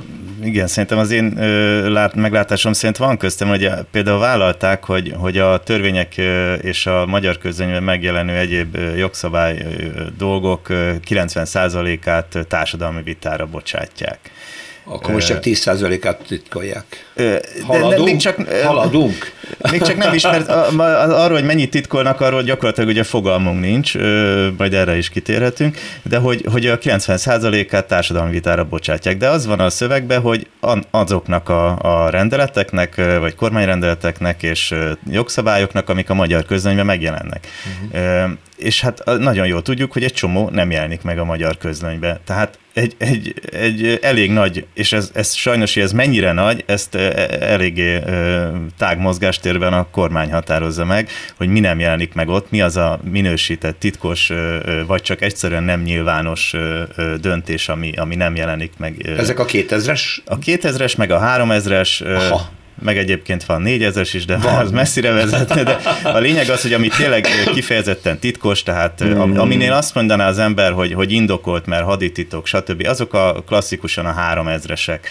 igen, szerintem az én lát, meglátásom szerint van köztem, hogy például vállalták, hogy, hogy a törvények és a magyar közönyben megjelenő egyéb jogszabály dolgok kilencven százalékát társadalmi vitára bocsátják. Akkor most csak tíz százalékát titkolják. Haladunk? De, de még csak, Haladunk? Még csak nem is, mert arról, hogy mennyit titkolnak, arról gyakorlatilag ugye fogalmunk nincs, majd erre is kitérhetünk, de hogy, hogy a kilencven százalékát társadalmi vitára bocsátják. De az van a szövegben, hogy azoknak a, a rendeleteknek, vagy kormányrendeleteknek és jogszabályoknak, amik a magyar közlönyben megjelennek. Uh-huh. És hát nagyon jól tudjuk, hogy egy csomó nem jelenik meg a magyar közlönybe. Tehát egy, egy, egy elég nagy, és ez, ez sajnos, hogy ez mennyire nagy, ezt eléggé tág mozgástérben a kormány határozza meg, hogy mi nem jelenik meg ott, mi az a minősített, titkos, vagy csak egyszerűen nem nyilvános döntés, ami, ami nem jelenik meg. Ezek a kétezres? A kétezres, meg a háromezres, Aha. meg egyébként van négyezres is, de van. Az messzire vezetne, de a lényeg az, hogy ami tényleg kifejezetten titkos, tehát mm. aminél azt mondaná az ember, hogy, hogy indokolt, mert hadititok, stb., azok a klasszikusan a háromezresek,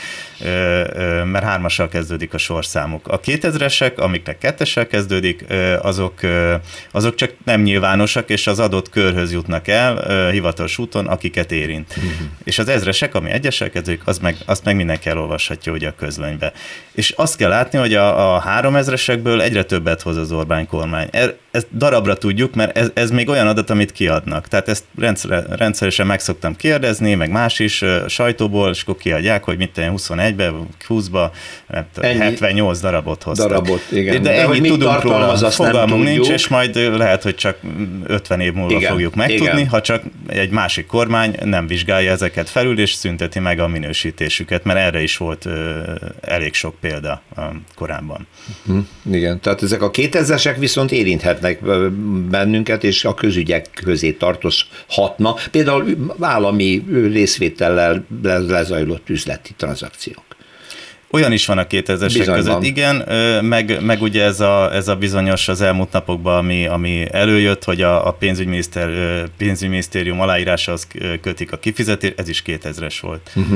mert hármassal kezdődik a sorszámuk. A kétezresek, amiknek kettessel kezdődik, azok, azok csak nem nyilvánosak, és az adott körhöz jutnak el hivatalos úton, akiket érint. Mm. És az ezresek, ami egyessel kezdődik, az meg, azt meg mindenki elolvashatja ugye a közlönybe. És azt kell látni, hogy a, a háromezresekből egyre többet hoz az Orbán kormány. Er, ezt darabra tudjuk, mert ez, ez még olyan adat, amit kiadnak. Tehát ezt rendszer, rendszeresen meg szoktam kérdezni, meg más is sajtóból, és akkor kiadják, hogy mit tenni huszonegyben, húszban, hetvennyolc darabot hoztak. Darabot, igen. De, de ennyit tudunk róla, fogalmunk nincs, és majd lehet, hogy csak ötven év múlva igen, fogjuk megtudni, igen. ha csak egy másik kormány nem vizsgálja ezeket felül, és szünteti meg a minősítésüket, mert erre is volt ö, elég sok példa korábban. Igen, tehát ezek a kétezresek viszont érinthetnek bennünket, és a közügyek közé tartozhatna. Például állami részvétellel lezajlott üzleti tranzakciók. Olyan is van a kétezresek Bizony között, van. igen, meg, meg ugye ez a, ez a bizonyos az elmúlt napokban, ami, ami előjött, hogy a, a pénzügyminiszter, pénzügyminisztérium aláírásához kötik a kifizetést, ez is kétezres volt. Uh-huh.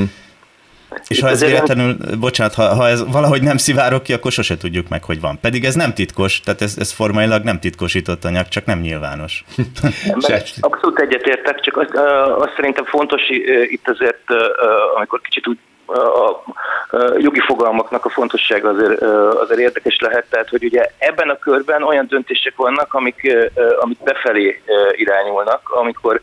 És ha ez véletlenül, bocsánat, ha, ha ez valahogy nem szivárog ki, akkor sose tudjuk meg, hogy van. Pedig ez nem titkos, tehát ez, ez formailag nem titkosított anyag, csak nem nyilvános. Abszolút egyetértek, csak azt, azt szerintem fontos itt azért, amikor kicsit úgy a jogi fogalmaknak a fontossága azért, azért érdekes lehet, tehát hogy ugye ebben a körben olyan döntések vannak, amik, amik befelé irányulnak, amikor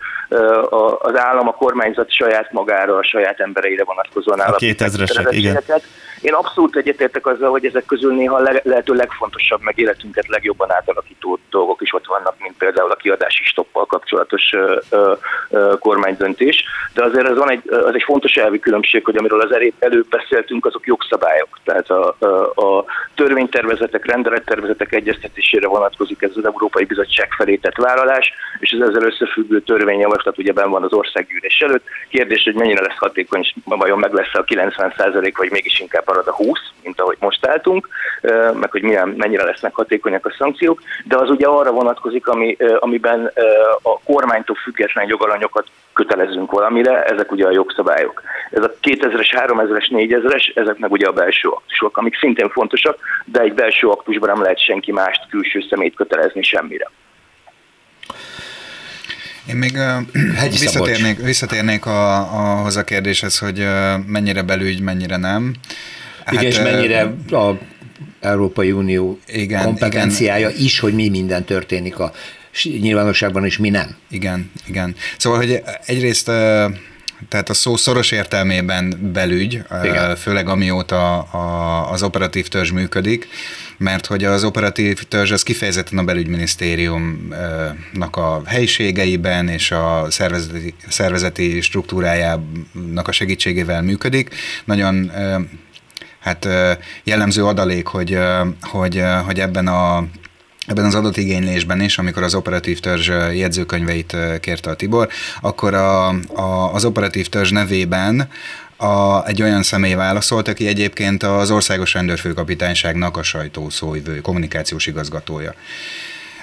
az állam, a kormányzat saját magára, a saját embereire vonatkozóan áll. A kétezresek, igen. Én abszolút egyetértek azzal, hogy ezek közül néha le- lehető legfontosabb, meg életünket legjobban átalakító dolgok is ott vannak, mint például a kiadási stoppal kapcsolatos ö, ö, ö, kormánydöntés. De azért az, van egy, az egy fontos elvi különbség, hogy amiről az előbb beszéltünk, azok jogszabályok. Tehát a, a, a törvénytervezetek, rendelettervezetek egyeztetésére vonatkozik ez az Európai Bizottság felé tett vállalás, és az ezzel összefüggő törvényjavaslat ugye benn van az országgyűlés előtt. Kérdés, hogy mennyire lesz hatékony, és vajon meg lesz a kilencven százalék, vagy mégis inkább marad a húsz, mint ahogy most álltunk, meg hogy milyen, mennyire lesznek hatékonyak a szankciók, de az ugye arra vonatkozik, ami, amiben a kormánytól független jogalanyokat kötelezünk valamire, ezek ugye a jogszabályok. Ez a kétezres, háromezres, négyezres, ezek meg ugye a belső aktusok, amik szintén fontosak, de egy belső aktusban nem lehet senki mást, külső személyt kötelezni semmire. Én még uh, visszatérnék, visszatérnék a, ahhoz a kérdéshez, hogy uh, mennyire belügy, mennyire nem. Hát, igen, és mennyire a Európai Unió igen, kompetenciája igen. is, hogy mi minden történik a nyilvánosságban, és mi nem. Igen, igen. Szóval, hogy egyrészt uh, tehát a szó szoros értelmében belügy, igen. főleg amióta a, az operatív törzs működik, mert hogy az operatív törzs az kifejezetten a belügyminisztériumnak a helyiségeiben és a szervezeti, szervezeti struktúrájának a segítségével működik. Nagyon hát jellemző adalék, hogy, hogy, hogy ebben a Ebben az adott igénylésben is, amikor az operatív törzs jegyzőkönyveit kérte a Tibor, akkor a, a, az operatív törzs nevében a, egy olyan személy válaszolt, aki egyébként az Országos Rendőrfőkapitányságnak a sajtószóvivő, kommunikációs igazgatója.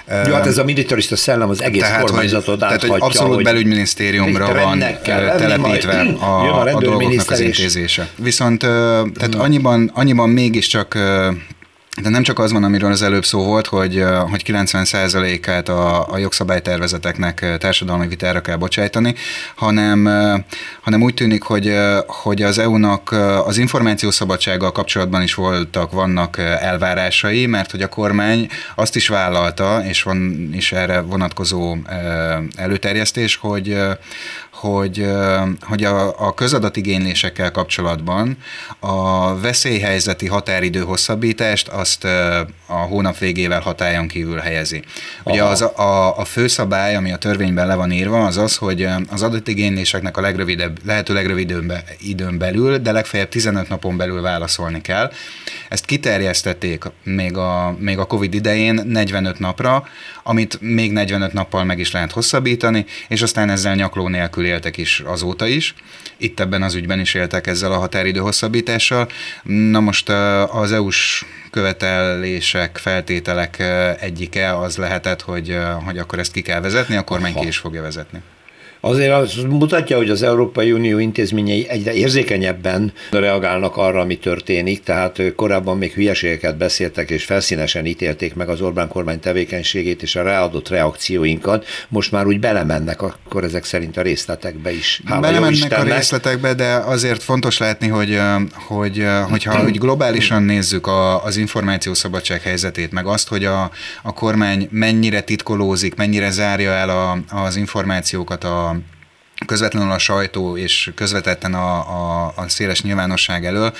Jó, hát ez a militarista szellem az egész tehát, kormányzatot áthatja. Tehát, hogy abszolút hogy belügyminisztériumra van telepítve a, a dolgoknak az intézése. Viszont tehát hmm. annyiban, annyiban mégiscsak de nem csak az van, amiről az előbb szó volt, hogy, hogy kilencven százalékát a, a jogszabálytervezeteknek társadalmi vitára kell bocsájtani, hanem, hanem úgy tűnik, hogy, hogy az é u-nak az információszabadsággal kapcsolatban is voltak, vannak elvárásai, mert hogy a kormány azt is vállalta, és van is erre vonatkozó előterjesztés, hogy, hogy, hogy a, a közadatigénylésekkel kapcsolatban a veszélyhelyzeti határidő hosszabbítást azt a hónap végével hatályon kívül helyezi. Ugye az a, a főszabály, ami a törvényben le van írva, az az, hogy az adatigényléseknek a legrövidebb, lehető legrövidebb időn belül, de legfeljebb tizenöt napon belül válaszolni kell. Ezt kiterjesztették még a, még a Covid idején negyvenöt napra, amit még negyvenöt nappal meg is lehet hosszabbítani, és aztán ezzel nyakló nélkül éltek is azóta is. Itt ebben az ügyben is éltek ezzel a határidő hosszabbítással. Na most az é u-s követelések, feltételek egyike az lehetett, hogy, hogy akkor ezt ki kell vezetni, a kormány ki is fogja vezetni. Azért az mutatja, hogy az Európai Unió intézményei egyre érzékenyebben reagálnak arra, ami történik, tehát korábban még hülyeségeket beszéltek és felszínesen ítélték meg az Orbán kormány tevékenységét és a ráadott reakcióinkat, most már úgy belemennek akkor ezek szerint a részletekbe is. Hála belemennek a részletekbe, de azért fontos látni, hogy, hogy hogyha úgy globálisan nézzük a, az információszabadság helyzetét, meg azt, hogy a, a kormány mennyire titkolózik, mennyire zárja el a, az információkat a közvetlenül a sajtó és közvetetten a, a, a széles nyilvánosság elől,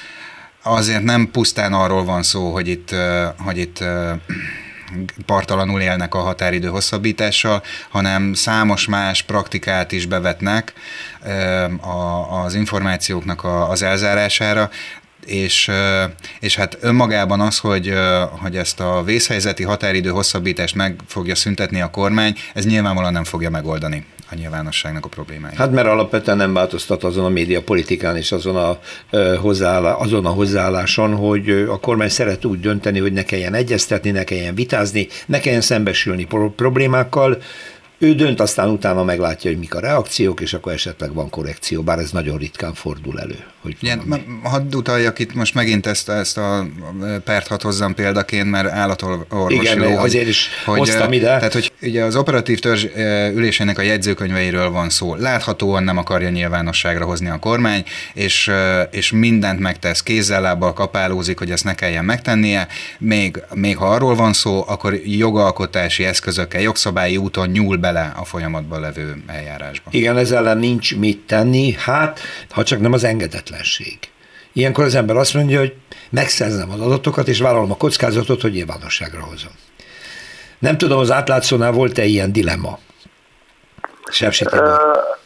azért nem pusztán arról van szó, hogy itt, hogy itt partalanul élnek a határidő hosszabbítással, hanem számos más praktikát is bevetnek az információknak az elzárására, És, és hát önmagában az, hogy, hogy ezt a vészhelyzeti határidő hosszabbítást meg fogja szüntetni a kormány, ez nyilvánvalóan nem fogja megoldani a nyilvánosságnak a problémáit. Hát mert alapvetően nem változtat azon a médiapolitikán és azon a, hozzáállá, azon a hozzáálláson, hogy a kormány szeret úgy dönteni, hogy ne kelljen egyeztetni, ne kelljen vitázni, ne kelljen szembesülni problémákkal. Ő dönt, aztán utána meglátja, hogy mik a reakciók, és akkor esetleg van korrekció, bár ez nagyon ritkán fordul elő. Hogy Igen, hadd utaljak itt most megint ezt, ezt a pert hadd hozzam példaként, mert állatorvosi Igen, ló, azért is hogy, hoztam ide. Tehát, hogy ugye az operatív törzs ülésének a jegyzőkönyveiről van szó. Láthatóan nem akarja nyilvánosságra hozni a kormány, és, és mindent megtesz, kézzel-lábbal kapálózik, hogy ezt ne kelljen megtennie. Még, még ha arról van szó, akkor jogalkotási eszközökkel, jogszabályi úton nyúl be bele a folyamatban levő eljárásba. Igen, ez ellen nincs mit tenni, hát, ha csak nem az engedetlenség. Ilyenkor az ember azt mondja, hogy megszerzem az adatokat, és vállalom a kockázatot, hogy nyilvánosságra hozom. Nem tudom, az átlátszónál volt-e ilyen dilemma? Sepsitében. Uh,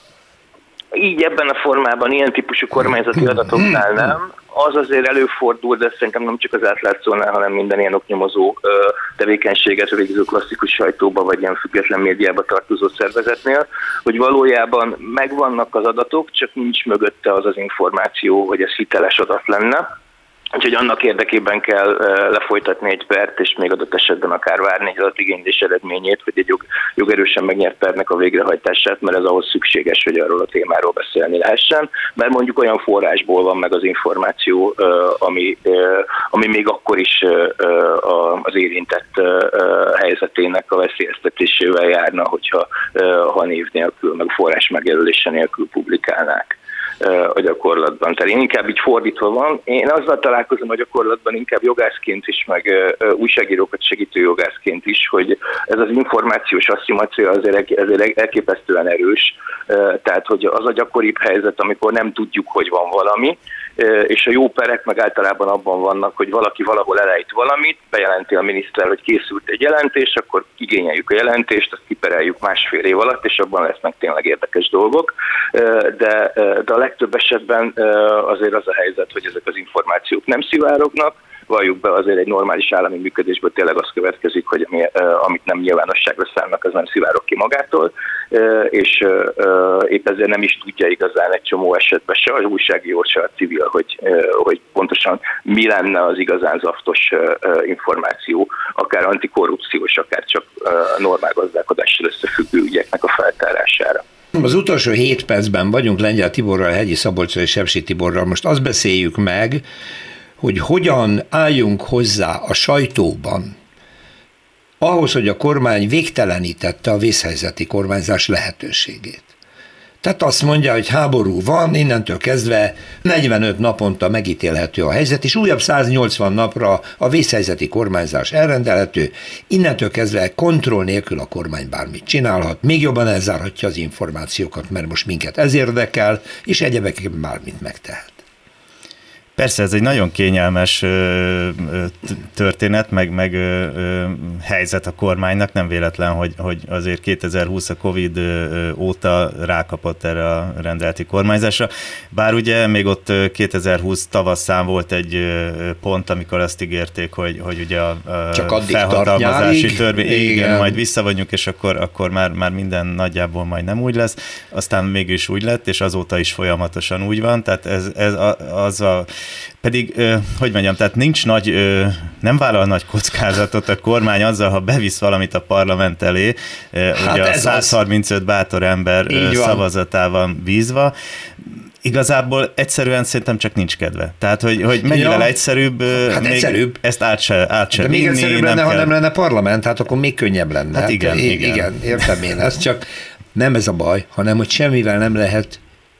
így ebben a formában, ilyen típusú kormányzati adatoknál nem. Az azért előfordul, de szerintem nem csak az átlátszónál, hanem minden ilyen oknyomozó tevékenységet végző klasszikus sajtóba, vagy ilyen független médiába tartozó szervezetnél, hogy valójában megvannak az adatok, csak nincs mögötte az az információ, hogy ez hiteles adat lenne. Úgyhogy annak érdekében kell lefolytatni egy pert, és még adott esetben akár várni egy adatigénylés eredményét, vagy egy jog, jogerősen megnyert pernek a végrehajtását, mert ez ahhoz szükséges, hogy arról a témáról beszélni lehessen, mert mondjuk olyan forrásból van meg az információ, ami, ami még akkor is az érintett helyzetének a veszélyeztetésével járna, hogyha ha név nélkül, meg forrás megjelölése nélkül publikálnák a gyakorlatban. Tehát én inkább így fordítva van. Én azzal találkozom a gyakorlatban inkább jogászként is, meg újságírókat segítő jogászként is, hogy ez az információs asszimetria azért, azért elképesztően erős. Tehát, hogy az a gyakoribb helyzet, amikor nem tudjuk, hogy van valami, és a jó perek meg általában abban vannak, hogy valaki valahol elejt valamit, bejelenti a miniszter, hogy készült egy jelentés, akkor igényeljük a jelentést, azt kipereljük másfél év alatt, és abban lesznek tényleg érdekes dolgok. De, de a legtöbb esetben azért az a helyzet, hogy ezek az információk nem szivárognak, valljuk be, azért egy normális állami működésből tényleg az következik, hogy ami, amit nem nyilvánosságra szállnak, az nem szivárog ki magától, és épp ezért nem is tudja igazán egy csomó esetben se az újságíró, se a civil, hogy, hogy pontosan mi lenne az igazán zaftos információ, akár antikorrupciós, akár csak normál gazdálkodással összefüggő ügyeknek a feltárására. Az utolsó hét percben vagyunk Lengyel Tiborral, Hegyi Szabolccsal és Sepsi Tiborral. Most azt beszéljük meg, hogy hogyan álljunk hozzá a sajtóban ahhoz, hogy a kormány végtelenítette a vészhelyzeti kormányzás lehetőségét. Tehát azt mondja, hogy háború van, innentől kezdve negyvenöt naponta megítélhető a helyzet, és újabb száznyolcvan napra a vészhelyzeti kormányzás elrendelhető, innentől kezdve kontroll nélkül a kormány bármit csinálhat, még jobban elzárhatja az információkat, mert most minket ez érdekel, és egyebekében bármit megtehet. Persze ez egy nagyon kényelmes ö, történet, meg, meg ö, ö, helyzet a kormánynak, nem véletlen, hogy, hogy azért kétezer-húsz a Covid óta rákapott erre a rendeleti kormányzásra. Bár ugye még ott kétezer-húsz tavasszán volt egy pont, amikor azt ígérték, hogy, hogy ugye a, a felhatalmazási törvény, igen, igen, majd visszavonjuk, és akkor, akkor már, már minden nagyjából majd nem úgy lesz. Aztán mégis úgy lett, és azóta is folyamatosan úgy van, tehát ez, ez az a pedig, hogy mondjam, tehát nincs nagy, nem vállal nagy kockázatot a kormány azzal, ha bevisz valamit a parlament elé, hát ugye a száz harmincöt az... bátor ember szavazatával bízva. Igazából egyszerűen szerintem csak nincs kedve. Tehát, hogy, hogy mennyivel ja. egyszerűbb, hát még egyszerűbb. ezt át se, át se de vinni. még egyszerűbb lenne, nem ha kell... nem lenne parlament, hát akkor még könnyebb lenne. Hát igen, hát, igen. igen. Értem én ezt, csak nem ez a baj, hanem hogy semmivel nem lehet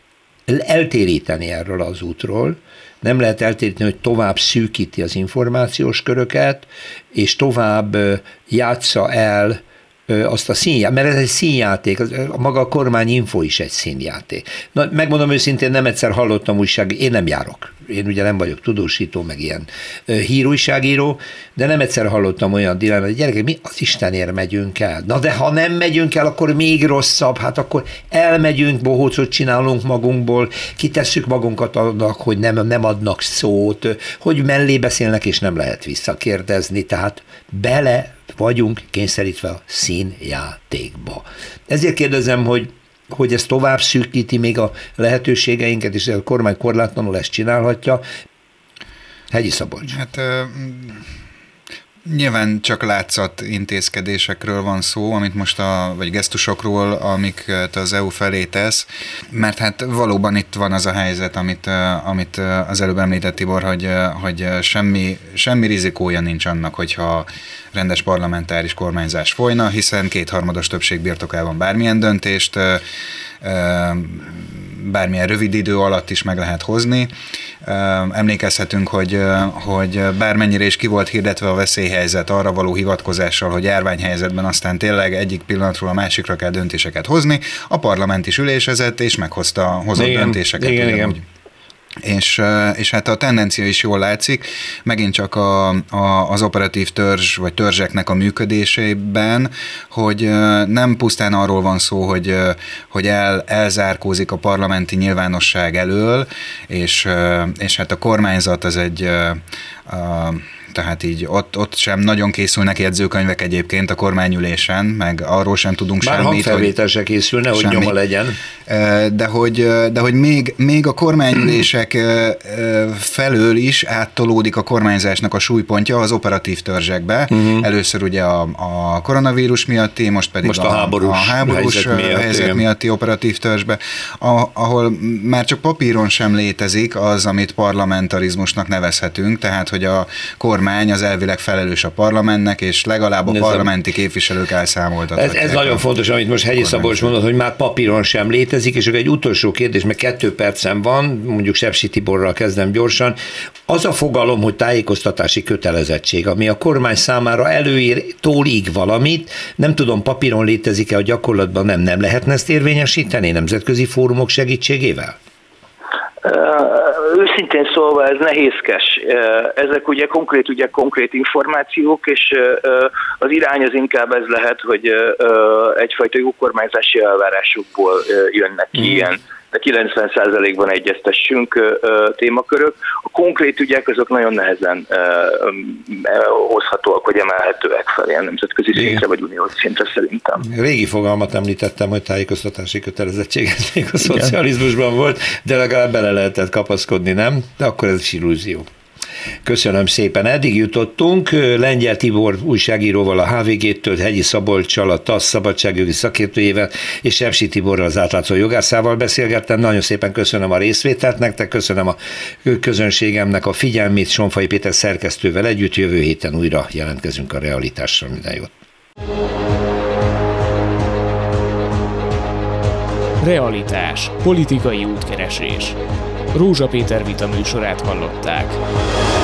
eltéríteni erről az útról, nem lehet eltéríteni, hogy tovább szűkíti az információs köröket, és tovább játsza el azt a színjáték, mert ez egy színjáték, a maga a kormányinfo is egy színjáték. Na, megmondom őszintén, nem egyszer hallottam újság, én nem járok, én ugye nem vagyok tudósító, meg ilyen hírújságíró, de nem egyszer hallottam olyan dilemmát, hogy gyerekek, mi az Istenért megyünk el? Na de ha nem megyünk el, akkor még rosszabb, hát akkor elmegyünk, bohócot csinálunk magunkból, kitesszük magunkat annak, hogy nem, nem adnak szót, hogy mellé beszélnek, és nem lehet visszakérdezni, tehát bele vagyunk kényszerítve a színjátékba. Ezért kérdezem, hogy, hogy ez tovább szűkíti még a lehetőségeinket, és a kormány korlátlanul ezt csinálhatja. Hegyi Szabolcs. Hát nyilván csak látszat intézkedésekről van szó, amit most a, vagy gesztusokról, amiket az é u felé tesz, mert hát valóban itt van az a helyzet, amit, amit az előbb említett Tibor, hogy, hogy semmi, semmi rizikója nincs annak, hogyha rendes parlamentáris kormányzás folyna, hiszen kétharmados többség birtokában bármilyen döntést bármilyen rövid idő alatt is meg lehet hozni. Emlékezhetünk, hogy, hogy bármennyire is ki volt hirdetve a veszélyhelyzet arra való hivatkozással, hogy járványhelyzetben aztán tényleg egyik pillanatról a másikra kell döntéseket hozni, a parlament is ülésezett és meghozta hozott igen, döntéseket. Igen, igen. És, és hát a tendencia is jól látszik, megint csak a, a, az operatív törzs vagy törzseknek a működésében, hogy nem pusztán arról van szó, hogy, hogy el, elzárkózik a parlamenti nyilvánosság elől, és, és hát a kormányzat az egy a, tehát így ott, ott sem nagyon készülnek jegyzőkönyvek egyébként a kormányülésen, meg arról sem tudunk Bár semmit. Bár hangfelvétel se készülne, hogy nyoma legyen. De hogy, de hogy még, még a kormányülések felől is áttolódik a kormányzásnak a súlypontja az operatív törzsekbe. Uh-huh. Először ugye a, a koronavírus miatti, most pedig most a, a háborús, a háborús helyzet, miatt, helyzet miatti operatív törzsbe, a, ahol már csak papíron sem létezik az, amit parlamentarizmusnak nevezhetünk, tehát hogy a kormány az elvileg felelős a parlamentnek, és legalább a ez parlamenti a... képviselők elszámoltatják. Ez, ez nagyon fontos, amit most Hegyi Szabolcs mondott, hogy már papíron sem létezik, és egy utolsó kérdés, mert kettő percem van, mondjuk Sepsi Tiborral kezdem gyorsan. Az a fogalom, hogy tájékoztatási kötelezettség, ami a kormány számára előír tólig valamit, nem tudom, papíron létezik-e, a gyakorlatban nem, nem lehetne ezt érvényesíteni nemzetközi fórumok segítségével? Őszintén szólva ez nehézkes. Ezek ugye konkrét, ugye konkrét információk, és az irány az inkább ez lehet, hogy egyfajta jó kormányzási elvárásokból jönnek ki mm. ilyen de kilencven százalékban egyeztessünk témakörök. A konkrét ügyek azok nagyon nehezen hozhatóak, vagy emelhetőek fel ilyen nemzetközi Igen. szintre, vagy uniós szintre szerintem. Régi fogalmat említettem, hogy tájékoztatási kötelezettséget még a szocializmusban volt, de legalább bele lehetett kapaszkodni, nem? De akkor ez is illúzió. Köszönöm szépen. Eddig jutottunk. Lengyel Tibor újságíróval, a há vé gé-től, Hegyi Szabolccsal, a TASZ szabadságjogi szakértőjével, és Sepsi Tiborral, az átlátszó jogászával beszélgettem. Nagyon szépen köszönöm a részvételt nektek, köszönöm a közönségemnek a figyelmét. Sonfai Péter szerkesztővel együtt jövő héten újra jelentkezünk a Realitásra. Minden jót! Realitás. Politikai útkeresés. Rózsa Péter vita műsorát hallották.